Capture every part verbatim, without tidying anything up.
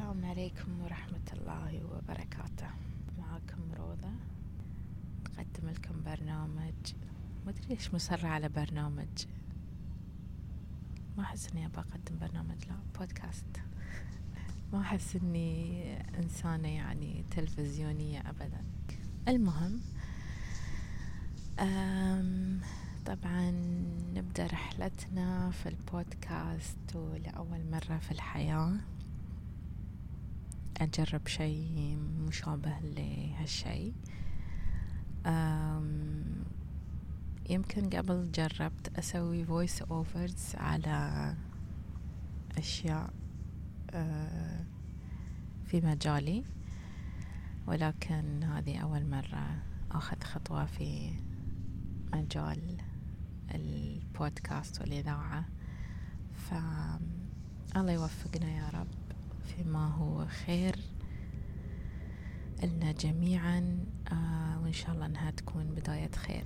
السلام عليكم ورحمة الله وبركاته. معكم روضة أقدم لكم برنامج، ما أدري ليش مصرة على برنامج، ما أحس إني أبغى أقدم برنامج، لا بودكاست. ما أحس إني إنسانة يعني تلفزيونية أبدا. المهم أم طبعا نبدأ رحلتنا في البودكاست، ولأول مرة في الحياة أجرب شيء مشابه لهالشيء. يمكن قبل جربت أسوي voice overs على أشياء في مجالي، ولكن هذه أول مرة أخذ خطوة في مجال البودكاست والإذاعة، فالله يوفقنا يا رب فيما هو خير لنا جميعا، آه وإن شاء الله أنها تكون بداية خير.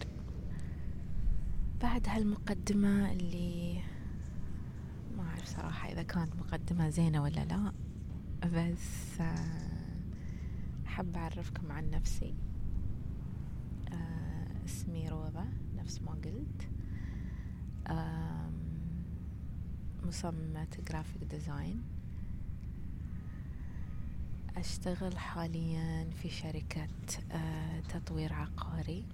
بعد هالمقدمة اللي ما أعرف صراحة إذا كانت مقدمة زينة ولا لا، بس آه أحب أعرفكم عن نفسي. آه اسمي روضة نفس ما قلت، آه مصممة جرافيك ديزاين. أشتغل حاليا في شركة آه تطوير عقاري.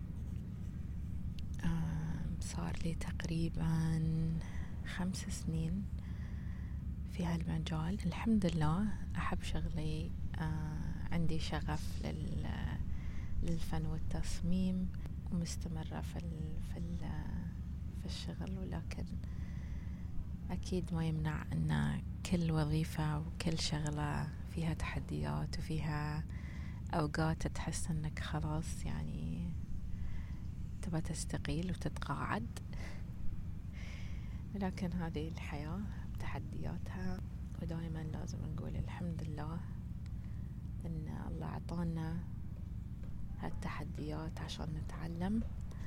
آه صار لي تقريبا خمس سنين في هالمجال، الحمد لله. أحب شغلي، آه عندي شغف لل للفن والتصميم، ومستمرة في ال في ال في الشغل، ولكن أكيد ما يمنع أن كل وظيفة وكل شغلة فيها تحديات وفيها أوقات تحس أنك خلاص يعني تبى تستقيل وتتقاعد، لكن هذه الحياة بتحدياتها، ودائما لازم نقول الحمد لله أن الله عطانا هالتحديات عشان نتعلم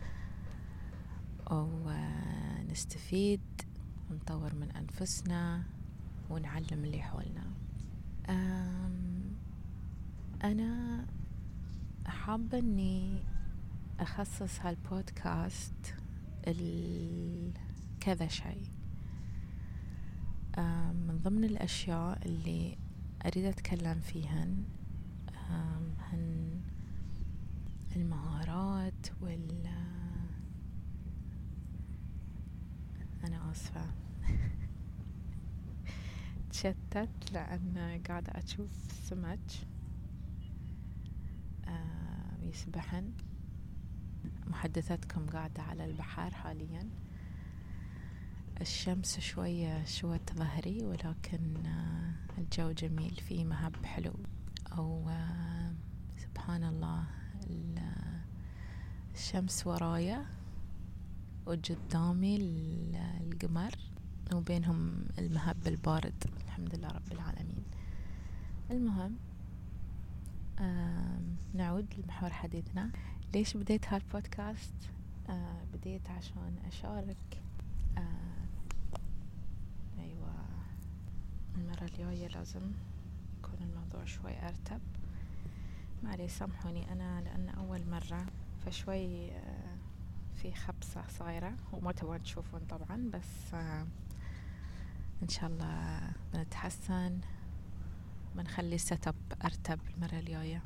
ونستفيد ونطور من أنفسنا ونعلم اللي حولنا. أنا حابة أني أخصص هالبودكاست كذا شيء. من ضمن الأشياء اللي أريد أتكلم فيهن هن المهارات وال أنا آسفة تشتت لأن قاعدة أشوف سمك يسبحن. محدثتكم قاعدة على البحر حاليا، الشمس شوية شوت ظهري، ولكن الجو جميل، فيه مهب حلو. أو سبحان الله، الشمس ورايا وقدامي القمر، وبينهم المهب البارد، الحمد لله رب العالمين. المهم نعود لمحور حديثنا. ليش بديت هالبودكاست؟ آه بديت عشان أشارك آه أيوة المرة الجاية لازم يكون الموضوع شوي أرتب، معلي سامحوني أنا لأن أول مرة فشوي آه في خبصة صايرة وما تبغون تشوفون طبعا، بس آه إن شاء الله بنتحسن، بنخلي السيت اب أرتب المرة الجاية.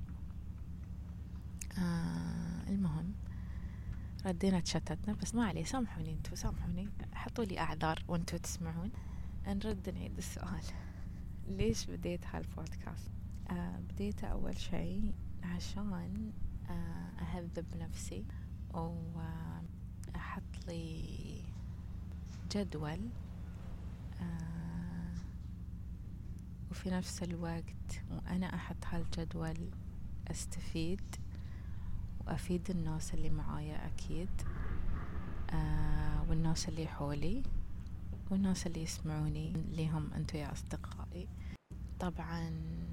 آه المهم ردينا تشتتنا، بس ما عليه، سامحوني انتوا، سامحوني، حطوا لي أعذار وانتوا تسمعون. نرد نعيد السؤال. ليش بديت هالبودكاست؟ آه بديته أول شيء عشان آه أهذب نفسي وأحط لي جدول، آه وفي نفس الوقت وأنا أحط هالجدول أستفيد وأفيد الناس اللي معايا أكيد، آه والناس اللي حولي والناس اللي يسمعوني اللي هم أنتوا يا أصدقائي. طبعا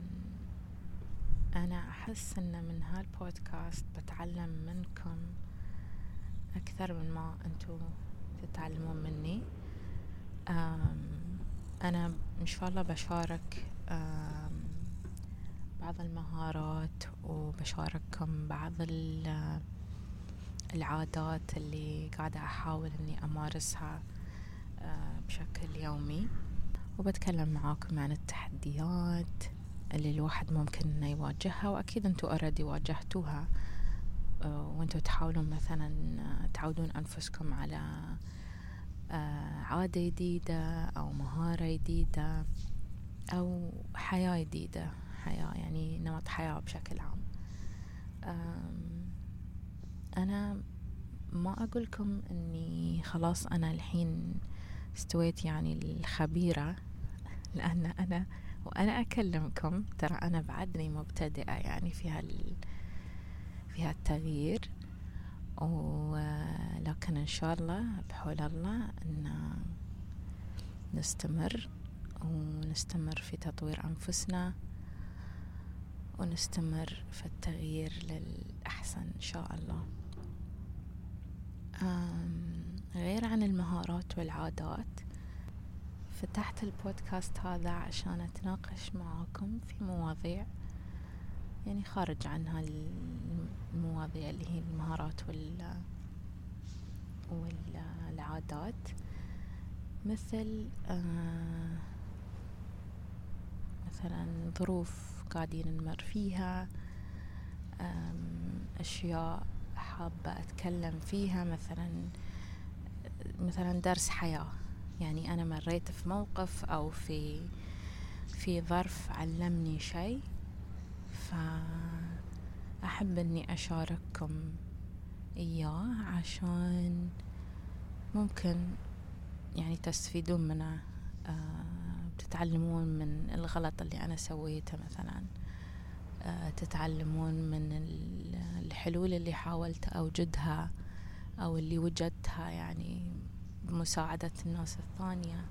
أنا أحس أن من هالبودكاست بتعلم منكم أكثر من ما أنتوا تتعلمون مني. أنا إن شاء الله بشارك بعض المهارات، وبشارككم بعض العادات اللي قاعدة أحاول أني أمارسها بشكل يومي. وبتكلم معاكم عن التحديات اللي الواحد ممكن أنه يواجهها، وأكيد أنتوا أوريدي واجهتوها وأنتوا تحاولون مثلا تعودون أنفسكم على عادة جديدة أو مهارة جديدة أو حياة جديدة، حياة يعني نمط حياة بشكل عام. أنا ما أقولكم أني خلاص أنا الحين استويت يعني الخبيرة، لأن أنا وأنا أكلمكم ترى أنا بعدني مبتدئة يعني في هال في هالتغيير، ولكن إن شاء الله بحول الله أن نستمر ونستمر في تطوير أنفسنا، ونستمر في التغيير للأحسن إن شاء الله. غير عن المهارات والعادات، فتحت البودكاست هذا عشان أتناقش معاكم في مواضيع يعني خارج عنها المواضيع اللي هي المهارات وال والعادات، مثل آه مثلا ظروف قاعدين نمر فيها، أشياء حابة أتكلم فيها، مثلا مثلا درس حياة، يعني أنا مريت في موقف أو في في ظرف علمني شيء، فأحب أني أشارككم إياه عشان ممكن يعني تستفيدون منه، تتعلمون من الغلط اللي أنا سويته مثلا، تتعلمون من الحلول اللي حاولت أوجدها أو اللي وجدتها يعني بمساعدة الناس الثانية.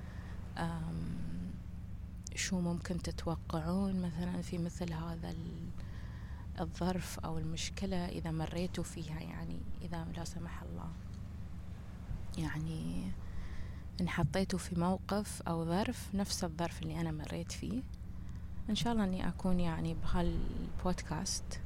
شو ممكن تتوقعون مثلا في مثل هذا الظرف أو المشكلة إذا مريتوا فيها، يعني إذا لا سمح الله يعني انحطيتوا في موقف أو ظرف نفس الظرف اللي أنا مريت فيه. إن شاء الله أني أكون يعني بهالبودكاست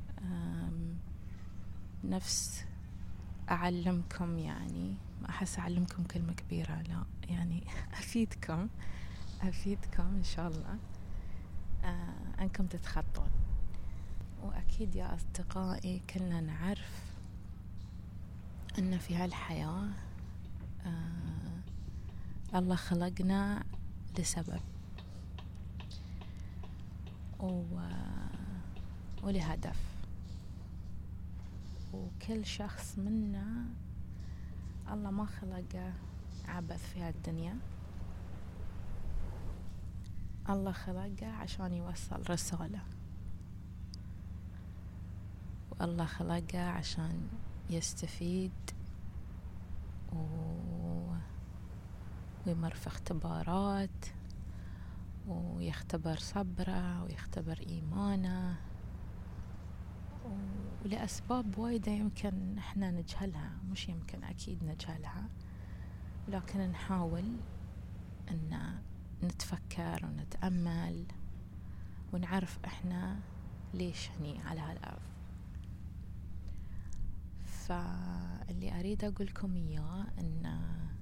نفس أعلمكم، يعني ما أحس أعلمكم كلمة كبيرة، لا يعني أفيدكم أفيدكم إن شاء الله آه أنكم تتخطون. وأكيد يا أصدقائي كلنا نعرف أن في هالحياة آه الله خلقنا لسبب و... ولهدف، وكل شخص منا الله ما خلقه عبث في هالدنيا، الله خلقه عشان يوصل رسالة، والله خلقه عشان يستفيد و... ويمر في اختبارات ويختبر صبره ويختبر إيمانه، ولأسباب وايدة يمكن احنا نجهلها، مش يمكن أكيد نجهلها، لكن نحاول أن نتفكر ونتأمل ونعرف احنا ليش هني على هالأرض. فاللي أريد أقولكم إياه أن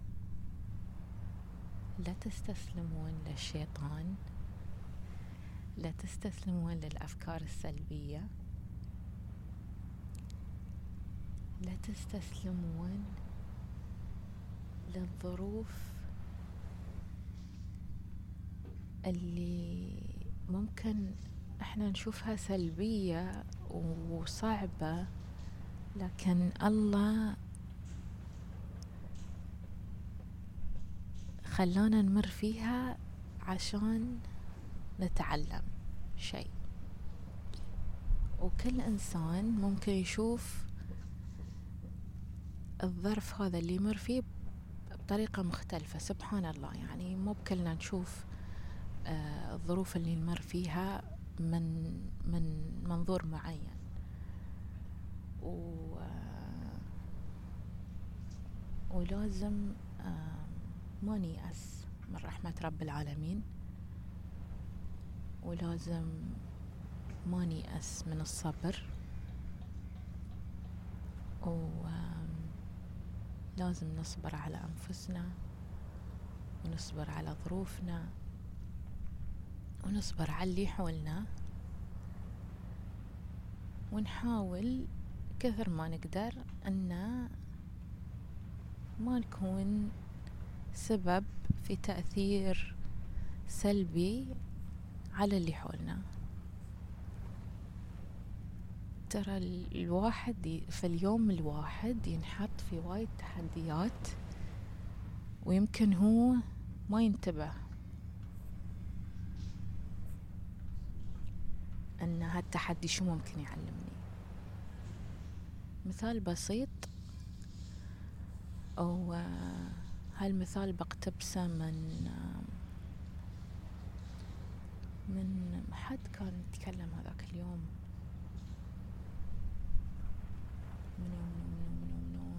لا تستسلمون للشيطان، لا تستسلمون للأفكار السلبية، لا تستسلمون للظروف اللي ممكن احنا نشوفها سلبية وصعبة، لكن الله خلانا نمر فيها عشان نتعلم شيء. وكل إنسان ممكن يشوف الظرف هذا اللي يمر فيه بطريقة مختلفة، سبحان الله، يعني مو بكلنا نشوف آه الظروف اللي نمر فيها من من منظور معين. و آه ولازم آه ما نيأس من رحمة رب العالمين، ولازم ما نيأس من الصبر، ولازم نصبر على أنفسنا، ونصبر على ظروفنا، ونصبر على اللي حولنا، ونحاول كثر ما نقدر أن ما نكون سبب في تأثير سلبي على اللي حولنا. ترى الواحد في اليوم الواحد ينحط في وايد تحديات، ويمكن هو ما ينتبه أن هالتحدي شو ممكن يعلمني. مثال بسيط، أو هالمثال بقتبسه من من حد كان يتكلم هذاك اليوم، منو منو منو منو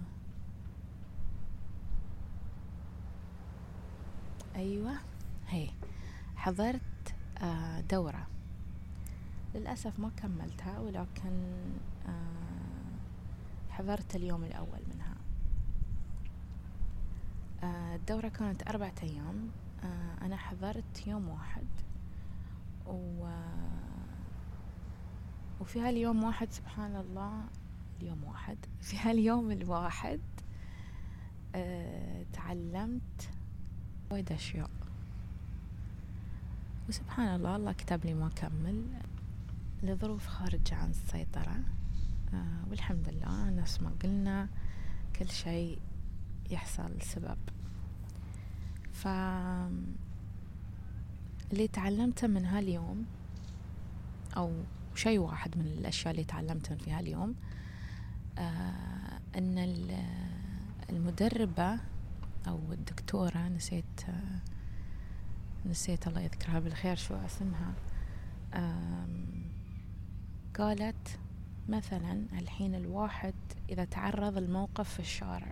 أيوة، هي حضرت دورة، للأسف ما كملتها، ولكن حضرت اليوم الأول منها. الدورة كانت أربعة أيام، أنا حضرت يوم واحد، و... وفي هاليوم واحد سبحان الله، اليوم واحد في هاليوم الواحد أه... تعلمت وايد أشياء، وسبحان الله الله كتب لي ما أكمل لظروف خارجة عن السيطرة. أه... والحمد لله، نفس ما قلنا كل شيء يحصل سبب. ف اللي تعلمته من هاليوم، أو شيء واحد من الأشياء اللي تعلمتها في هاليوم، آه أن المدربة أو الدكتورة، نسيت آه نسيت الله يذكرها بالخير شو اسمها، آه قالت مثلا الحين الواحد إذا تعرض الموقف في الشارع،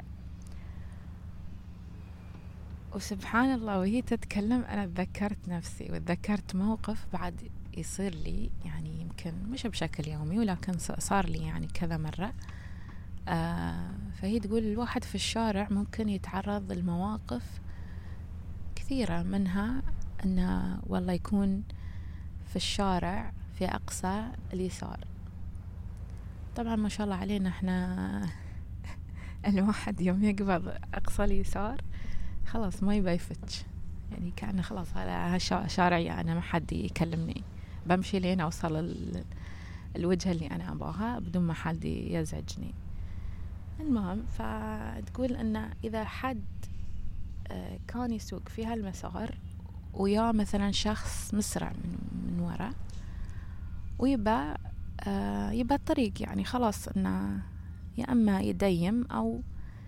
وسبحان الله وهي تتكلم أنا تذكرت نفسي، وتذكرت موقف بعد يصير لي، يعني يمكن مش بشكل يومي ولكن صار لي يعني كذا مرة. آه فهي تقول الواحد في الشارع ممكن يتعرض لمواقف كثيرة، منها أنه والله يكون في الشارع في أقصى اليسار. طبعا ما شاء الله علينا احنا الواحد يوم يقبض أقصى اليسار خلاص ما يبي يفتش، يعني كأنه خلاص هذا شارعي أنا، ما حد يكلمني، بمشي لين أوصل الوجهة اللي أنا أبغاها بدون ما حد يزعجني. المهم، فتقول أن إذا حد كان يسوق في هالمسار ويا مثلا شخص مسرع من من وراء، ويبى يبى الطريق، يعني خلاص أنه يا أما يديم أو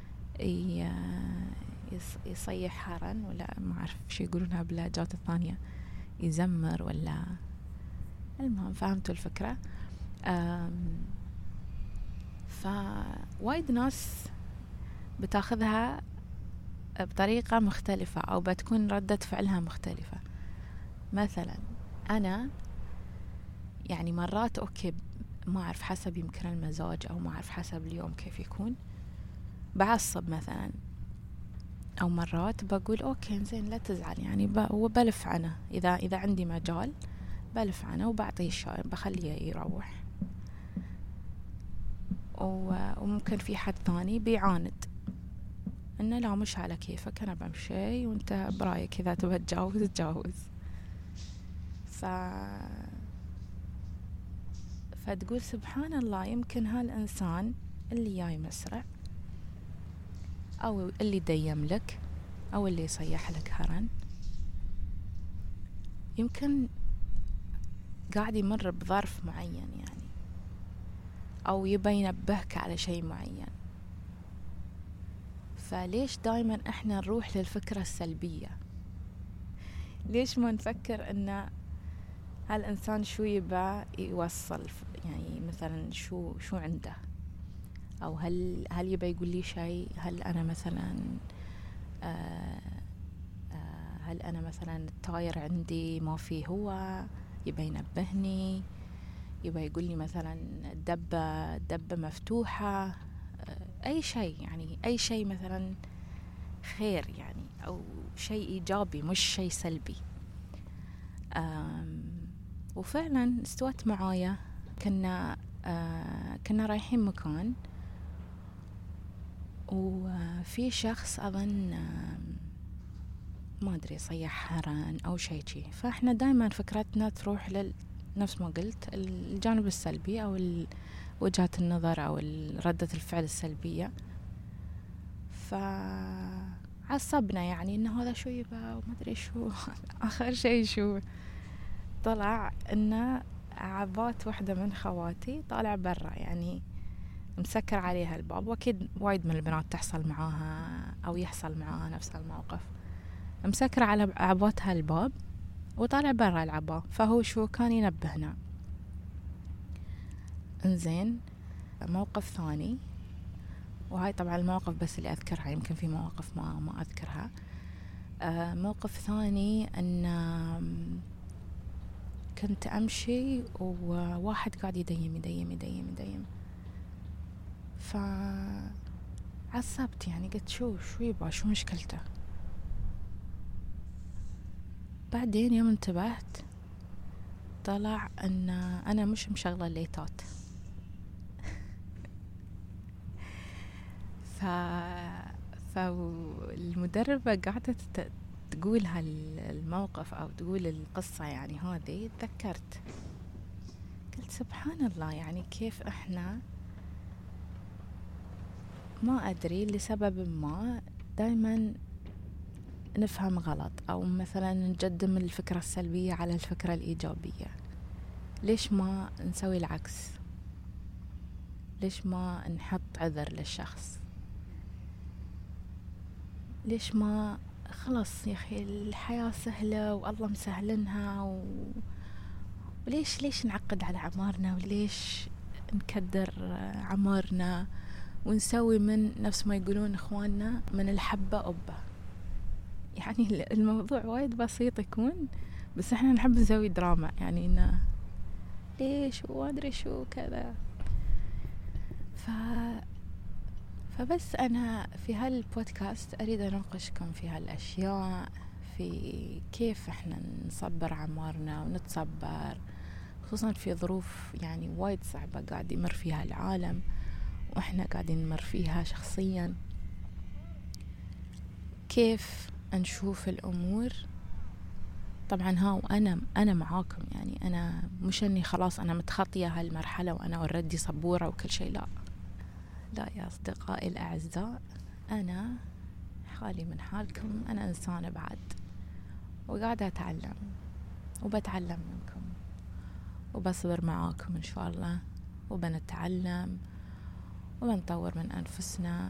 يصيح هرن، ولا ما أعرف شو يقولونها باللهجات الثانية، يزمر ولا. المهم فهمتوا الفكرة. فوايد ناس بتاخذها بطريقة مختلفة، أو بتكون ردة فعلها مختلفة. مثلا أنا يعني مرات أوكي ما أعرف، حسب يمكن المزاج أو ما أعرف حسب اليوم كيف يكون، بعصب مثلا، أو مرات بقول أوكي زين لا تزعل، يعني وبلف عنه، إذا إذا عندي مجال بلف عنه وبعطيه الشاي بخليه يروح. وممكن في حد ثاني بيعاند إنه لا مش على كيفك، أنا بمشي وأنت برايك إذا تبى تجاوز تجاوز. ف فتقول سبحان الله، يمكن هالإنسان اللي جاي مسرع، أو اللي ديم لك، أو اللي يصيح لك هرن، يمكن قاعد يمر بظرف معين يعني، أو يبي ينبهك على شيء معين. فليش دايما إحنا نروح للفكرة السلبية؟ ليش ما نفكر إن هالإنسان شو يبى يوصل، يعني مثلا شو شو عنده، أو هل هل يبى يقول لي شيء، هل أنا مثلا آه آه هل أنا مثلا التاير عندي ما فيه هو، يبقى ينبهني، يبقى يقول لي مثلا الدبة الدبة مفتوحة، أي شيء يعني، أي شيء مثلا خير يعني، أو شيء إيجابي مش شيء سلبي. وفعلا استوت معايا. كنا آه كنا رايحين مكان، وفي شخص أظن آه ما أدري صيح هرن أو شيء شي، فإحنا دايما فكرتنا تروح لل نفس ما قلت الجانب السلبي أو وجهة النظر أو ردة الفعل السلبية. فعصبنا يعني إنه هذا شو يبا وما أدري شو. آخر شيء شو طلع إنه عبات واحدة من خواتي طالع برا، يعني مسكر عليها الباب. وأكيد وايد من البنات تحصل معاها أو يحصل معاها نفس الموقف، مسكر على عباتها الباب وطالع برا العبا. فهو شو كان ينبهنا. انزين، موقف ثاني، وهاي طبعا المواقف بس اللي أذكرها، يمكن في مواقف ما ما أذكرها. آه موقف ثاني أن كنت أمشي وواحد قاعد يديم يديم يديم يديم، فعصبت يعني، قلت شو شو يبا شو مشكلته. بعدين يوم انتبهت طلع أن أنا مش مشغلة الليتات. ف... فالمدربة قاعدة تقول هالموقف أو تقول القصة يعني هذه، تذكرت قلت سبحان الله، يعني كيف إحنا ما أدري لسبب ما دايما نفهم غلط، أو مثلا نقدم الفكرة السلبية على الفكرة الإيجابية. ليش ما نسوي العكس؟ ليش ما نحط عذر للشخص؟ ليش ما خلاص يا أخي الحياة سهلة والله مسهلنها و... وليش ليش نعقد على عمارنا، وليش نكدر عمارنا ونسوي من نفس ما يقولون إخواننا من الحبة أبة. يعني الموضوع وايد بسيط يكون، بس احنا نحب نسوي دراما، يعني إنه ليش وادري شو كذا. ف فبس أنا في هالبودكاست أريد أناقشكم في هالأشياء، في كيف إحنا نصبر عمارنا ونتصبر، خصوصا في ظروف يعني وايد صعبة قاعد يمر فيها العالم وإحنا قاعدين نمر فيها شخصيا. كيف نشوف الأمور. طبعا ها وأنا أنا معاكم، يعني أنا مش أني خلاص أنا متخطية هالمرحلة وأنا أوردي صبورة وكل شيء، لا لا يا أصدقائي الأعزاء، أنا حالي من حالكم، أنا إنسانة بعد وقاعدة أتعلم وبتعلم منكم وبصبر معاكم إن شاء الله، وبنتعلم وبنطور من أنفسنا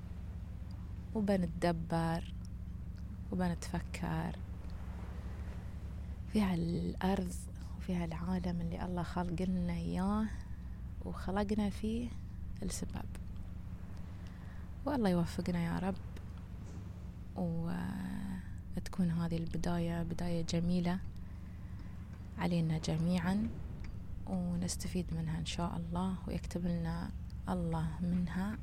وبنتدبر وبنتفكر في هالأرض وفي هالعالم اللي الله خلق لنا إياه وخلقنا فيه السبب. والله يوفقنا يا رب، وتكون هذه البداية بداية جميلة علينا جميعا، ونستفيد منها إن شاء الله، ويكتب لنا الله منها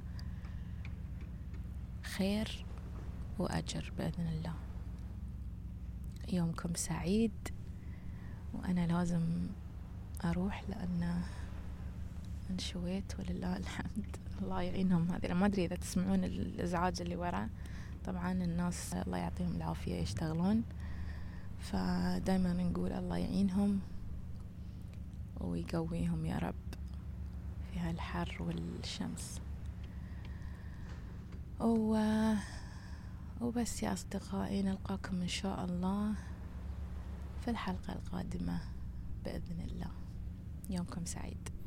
خير وأجر بإذن الله. يومكم سعيد، وأنا لازم أروح لأن انشويت ولله الحمد. الله يعينهم، هذه ما أدري إذا تسمعون الإزعاج اللي وراء، طبعا الناس الله يعطيهم العافية يشتغلون، فدايما نقول الله يعينهم ويقويهم يا رب في هالحر والشمس. و... وبس يا أصدقائي، نلقاكم إن شاء الله في الحلقة القادمة بإذن الله. يومكم سعيد.